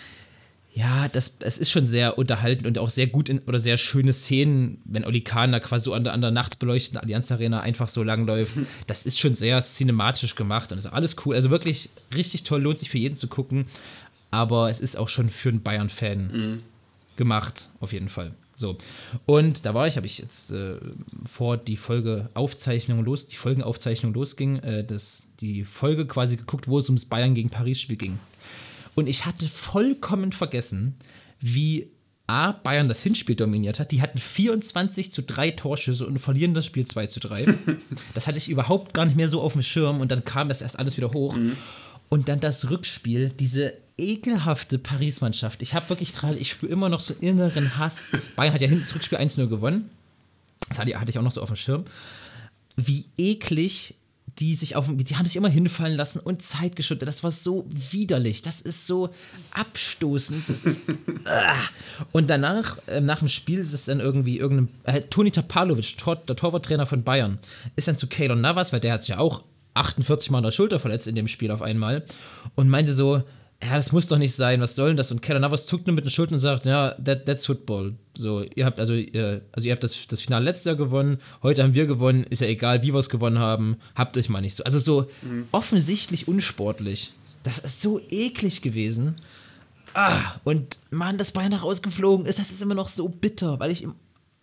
es ist schon sehr unterhaltend und auch sehr gut oder sehr schöne Szenen, wenn Oli Kahn da quasi so an der nachts beleuchteten Allianz Arena einfach so langläuft. Das ist schon sehr cinematisch gemacht und ist alles cool. Also wirklich richtig toll, lohnt sich für jeden zu gucken. Aber es ist auch schon für einen Bayern-Fan gemacht, auf jeden Fall. So, und da habe ich jetzt vor die Folgenaufzeichnung losging, die Folge quasi geguckt, wo es ums Bayern gegen Paris-Spiel ging. Und ich hatte vollkommen vergessen, wie Bayern das Hinspiel dominiert hat. Die hatten 24:3 Torschüsse und verlieren das Spiel 2:3. Das hatte ich überhaupt gar nicht mehr so auf dem Schirm und dann kam das erst alles wieder hoch. Und dann das Rückspiel, diese ekelhafte Paris-Mannschaft. Ich spüre immer noch so inneren Hass. Bayern hat ja hinten das Rückspiel 1-0 gewonnen. Das hatte ich auch noch so auf dem Schirm. Wie eklig die haben sich immer hinfallen lassen und Zeit geschüttet. Das war so widerlich. Das ist so abstoßend. Das ist. Und danach, nach dem Spiel, ist es dann irgendwie Toni Tapalovic, der Torwarttrainer von Bayern, ist dann zu Keylor Navas, weil der hat sich ja auch 48 Mal an der Schulter verletzt in dem Spiel auf einmal und meinte so, ja, das muss doch nicht sein, was soll denn das? Und Keylor Navas zuckt nur mit den Schultern und sagt, ja, that's Football. So, ihr habt das Finale letztes Jahr gewonnen, heute haben wir gewonnen, ist ja egal, wie wir es gewonnen haben, habt euch mal nicht so. Also so offensichtlich unsportlich. Das ist so eklig gewesen. Und Mann, dass Bayern da rausgeflogen ist, das ist immer noch so bitter, weil ich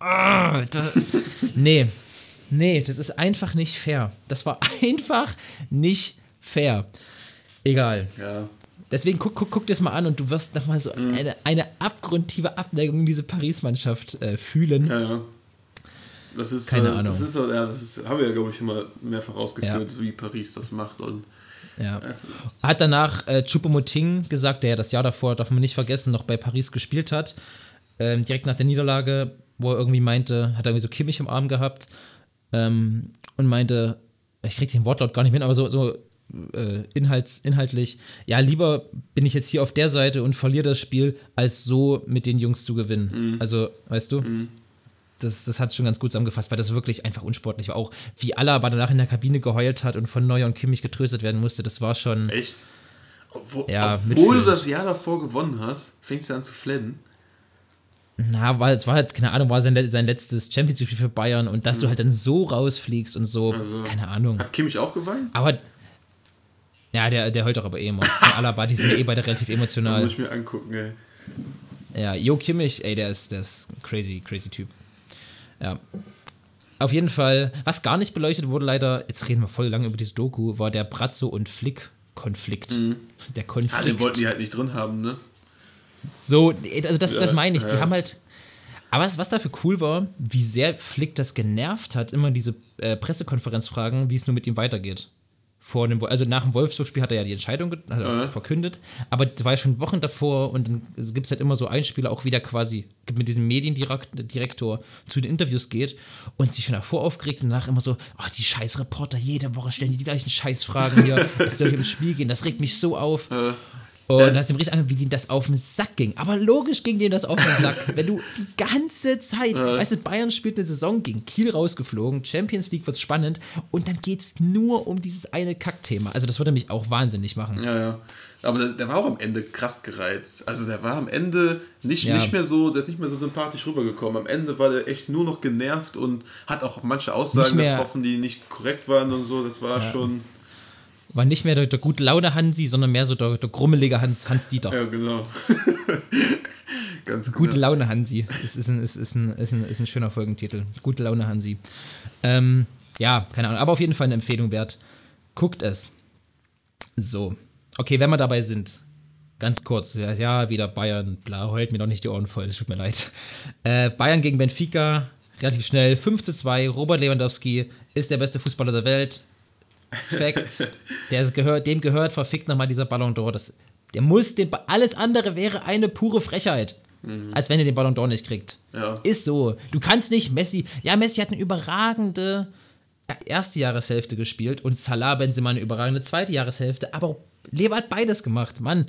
Nee, das ist einfach nicht fair. Das war einfach nicht fair. Egal. Ja. Deswegen guck dir das mal an und du wirst nochmal so eine abgrundtiefe Abneigung in diese Paris-Mannschaft fühlen. Ja. Das ist, keine Ahnung. Haben wir ja, glaube ich, immer mehrfach ausgeführt, wie Paris das macht. Und hat danach Choupo-Moting gesagt, der ja das Jahr davor, darf man nicht vergessen, noch bei Paris gespielt hat. Direkt nach der Niederlage, wo er irgendwie meinte, hat er irgendwie so Kimmich im Arm gehabt und meinte, ich krieg den Wortlaut gar nicht mit, aber so inhaltlich, ja, lieber bin ich jetzt hier auf der Seite und verliere das Spiel, als so mit den Jungs zu gewinnen. Also, weißt du, das hat schon ganz gut zusammengefasst, weil das wirklich einfach unsportlich war. Auch wie Alaba danach in der Kabine geheult hat und von Neuer und Kimmich getröstet werden musste, das war schon... Echt? Obwohl mitfühlend. du das Jahr davor gewonnen hast, fängst du an zu flennen? Es war halt, keine Ahnung, war sein letztes Champions League-Spiel für Bayern und dass du halt dann so rausfliegst und so, keine Ahnung. Hat Kimmich auch geweint? Aber... Ja, der heult doch aber immer. Alaba, die sind ja beide relativ emotional. Das muss ich mir angucken, ey. Ja, Jo Kimmich, ey, der ist crazy Typ. Ja. Auf jeden Fall, was gar nicht beleuchtet wurde leider, jetzt reden wir voll lange über dieses Doku, war der Brazzo und Flick-Konflikt. Der Konflikt. Ja, den wollten die halt nicht drin haben, ne? So, also das meine ich, die haben halt... Aber was dafür cool war, wie sehr Flick das genervt hat, immer diese Pressekonferenzfragen, wie es nur mit ihm weitergeht. Also nach dem Wolfsburg-Spiel hat er ja die Entscheidung verkündet, aber das war ja schon Wochen davor und dann gibt es halt immer so Einspieler, auch wie der quasi mit diesem Mediendirektor zu den Interviews geht und sich schon davor aufgeregt und danach immer so, die scheiß Reporter, jede Woche stellen die gleichen Scheißfragen hier, es soll hier ums Spiel gehen, das regt mich so auf. Und da hast du richtig angefangen, wie denen das auf den Sack ging. Aber logisch ging denen das auf den Sack. Wenn du die ganze Zeit, weißt du, Bayern spielt eine Saison gegen Kiel rausgeflogen, Champions League wird's spannend und dann geht's nur um dieses eine Kackthema. Also das würde mich auch wahnsinnig machen. Ja. Aber der war auch am Ende krass gereizt. Also der war am Ende nicht mehr so, der ist nicht mehr so sympathisch rübergekommen. Am Ende war der echt nur noch genervt und hat auch manche Aussagen getroffen, die nicht korrekt waren und so. Das war schon... War nicht mehr der gute Laune Hansi, sondern mehr so der grummelige Hans Dieter. Ja, genau. Ganz gute Laune Hansi. Es ist ein schöner Folgentitel. Gute Laune Hansi. Ja, keine Ahnung. Aber auf jeden Fall eine Empfehlung wert. Guckt es. So. Okay, wenn wir dabei sind. Ganz kurz. Ja, wieder Bayern. Bla, heult mir doch nicht die Ohren voll. Es tut mir leid. Bayern gegen Benfica. Relativ schnell. 5:2. Robert Lewandowski ist der beste Fußballer der Welt. Fact. Dem gehört verfickt nochmal dieser Ballon d'Or. Der muss alles andere wäre eine pure Frechheit. Als wenn er den Ballon d'Or nicht kriegt. Ja. Ist so. Du kannst nicht Messi hat eine überragende erste Jahreshälfte gespielt und Salah Benzema eine überragende zweite Jahreshälfte, aber Lever hat beides gemacht, Mann.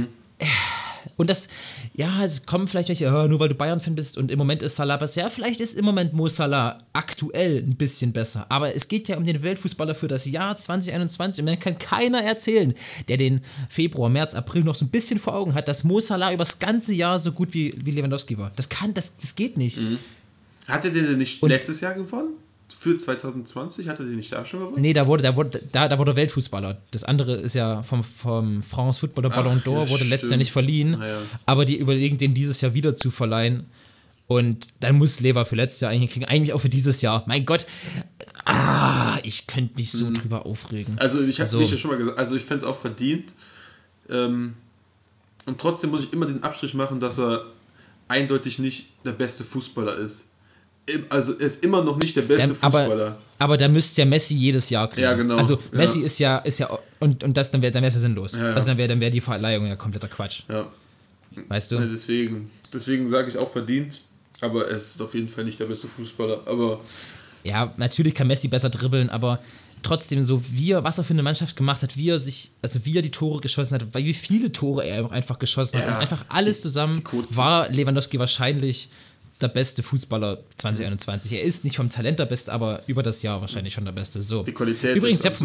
Und das, es kommen vielleicht welche, nur weil du Bayern-Fan bist und im Moment ist Salah besser. Ja, vielleicht ist im Moment Mo Salah aktuell ein bisschen besser, aber es geht ja um den Weltfußballer für das Jahr 2021 und dann kann keiner erzählen, der den Februar, März, April noch so ein bisschen vor Augen hat, dass Mo Salah über das ganze Jahr so gut wie Lewandowski war. Das geht nicht. Hat er den denn nicht letztes Jahr gewonnen? Für 2020? Hat er den nicht da schon gewonnen? Nee, da wurde er Weltfußballer. Das andere ist ja vom France Football, der Ballon d'Or, wurde letztes Jahr nicht verliehen. Aber die überlegen, den dieses Jahr wieder zu verleihen. Und dann muss Lever für letztes Jahr eigentlich kriegen. Eigentlich auch für dieses Jahr. Mein Gott. Ich könnte mich so drüber aufregen. Also ich habe mich ja schon mal gesagt, also ich fände es auch verdient. Und trotzdem muss ich immer den Abstrich machen, dass er eindeutig nicht der beste Fußballer ist. Also er ist immer noch nicht der beste Fußballer. Aber da müsste ja Messi jedes Jahr kriegen. Ja, genau. Also Messi ist ja und das dann wäre es ja sinnlos. Ja. Also dann wäre die Verleihung ja kompletter Quatsch. Ja. Weißt du? Ja, deswegen sage ich auch verdient, aber er ist auf jeden Fall nicht der beste Fußballer. Aber ja, natürlich kann Messi besser dribbeln, aber trotzdem so was er für eine Mannschaft gemacht hat, wie er die Tore geschossen hat, wie viele Tore er einfach geschossen hat und einfach alles zusammen war Lewandowski wahrscheinlich der beste Fußballer 2021. Er ist nicht vom Talent der Beste, aber über das Jahr wahrscheinlich schon der Beste. So. Die Qualität übrigens, ist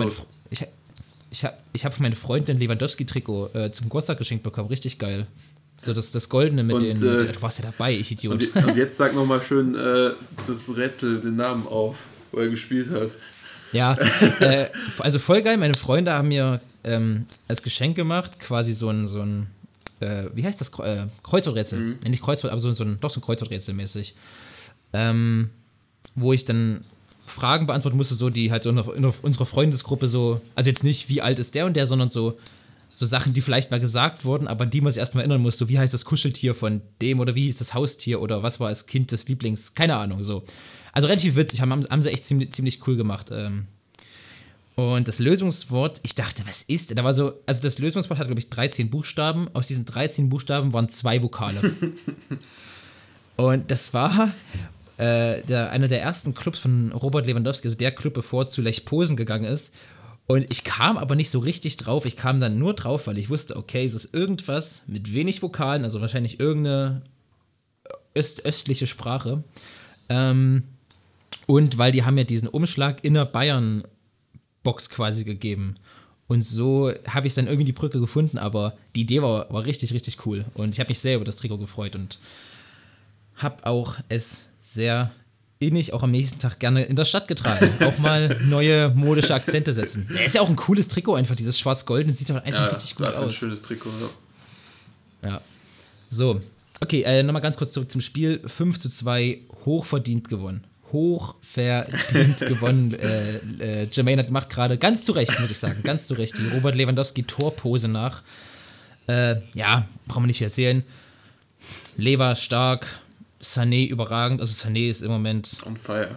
ich habe von meiner Freundin ein Lewandowski-Trikot zum Geburtstag geschenkt bekommen. Richtig geil. So das Goldene mit den... Du warst ja dabei, ich Idiot. Und jetzt sag nochmal schön das Rätsel, den Namen auf, wo er gespielt hat. Ja, also voll geil. Meine Freunde haben mir als Geschenk gemacht, quasi so ein wie heißt das? Kreuzworträtsel. Nicht Kreuzwort, aber so ein Kreuzworträtsel mäßig. Wo ich dann Fragen beantworten musste, so die halt so in unserer Freundesgruppe so, also jetzt nicht, wie alt ist der und der, sondern so Sachen, die vielleicht mal gesagt wurden, aber die man sich erstmal erinnern muss, so wie heißt das Kuscheltier von dem oder wie hieß das Haustier oder was war als Kind des Lieblings, keine Ahnung, so. Also relativ witzig, haben sie echt ziemlich cool gemacht. Und das Lösungswort, ich dachte, was ist? Da war so, also das Lösungswort hat, glaube ich, 13 Buchstaben. Aus diesen 13 Buchstaben waren 2 Vokale. Und das war einer der ersten Clubs von Robert Lewandowski, also der Club, bevor er zu Lech Posen gegangen ist. Und ich kam aber nicht so richtig drauf. Ich kam dann nur drauf, weil ich wusste, okay, es ist irgendwas mit wenig Vokalen, also wahrscheinlich irgendeine östliche Sprache. Und weil die haben ja diesen Umschlag in der Bayern-Box quasi gegeben. Und so habe ich dann irgendwie die Brücke gefunden, aber die Idee war richtig, richtig cool. Und ich habe mich sehr über das Trikot gefreut und habe auch es sehr innig auch am nächsten Tag gerne in der Stadt getragen. Auch mal neue modische Akzente setzen. Ja, ist ja auch ein cooles Trikot einfach, dieses schwarz-goldene sieht doch einfach richtig gut aus. Ein schönes Trikot, ja. Ja. So, okay, nochmal ganz kurz zurück zum Spiel. 5:2, hochverdient gewonnen. Gewonnen. Jermaine macht gerade ganz zu Recht, muss ich sagen, ganz zu Recht, die Robert Lewandowski-Torpose nach. Ja, brauchen wir nicht erzählen. Lever stark, Sané überragend, also Sané ist im Moment on fire.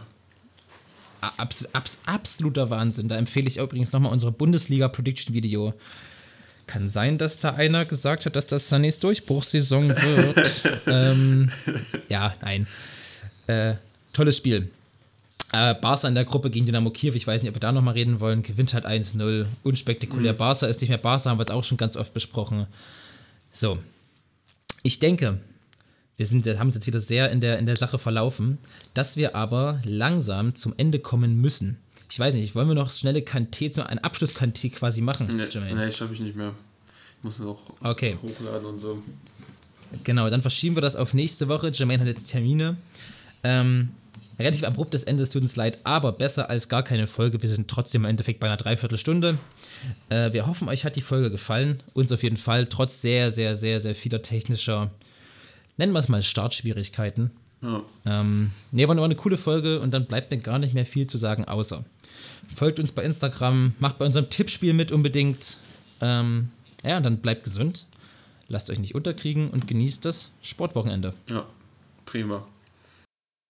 Absoluter Wahnsinn. Da empfehle ich übrigens nochmal unsere Bundesliga-Prediction-Video. Kann sein, dass da einer gesagt hat, dass das Sanés Durchbruchssaison wird. Ja, nein. Tolles Spiel. Barca in der Gruppe gegen Dynamo Kiew, ich weiß nicht, ob wir da nochmal reden wollen, gewinnt halt 1-0, unspektakulär. Barca ist nicht mehr Barca, haben wir jetzt auch schon ganz oft besprochen. So, ich denke, haben uns jetzt wieder sehr in der Sache verlaufen, dass wir aber langsam zum Ende kommen müssen. Ich weiß nicht, wollen wir noch schnelle Kanté, ein Abschlusskanté quasi machen, Nee, schaffe ich nicht mehr. Ich muss noch hochladen und so. Genau, dann verschieben wir das auf nächste Woche. Jermaine hat jetzt Termine. Relativ abruptes Ende, es tut uns leid, aber besser als gar keine Folge. Wir sind trotzdem im Endeffekt bei einer Dreiviertelstunde. Wir hoffen, euch hat die Folge gefallen. Uns auf jeden Fall, trotz sehr, sehr, sehr, sehr vieler technischer, nennen wir es mal Startschwierigkeiten. Ja. War eine coole Folge und dann bleibt mir gar nicht mehr viel zu sagen, außer folgt uns bei Instagram, macht bei unserem Tippspiel mit unbedingt. Und dann bleibt gesund, lasst euch nicht unterkriegen und genießt das Sportwochenende. Ja, prima.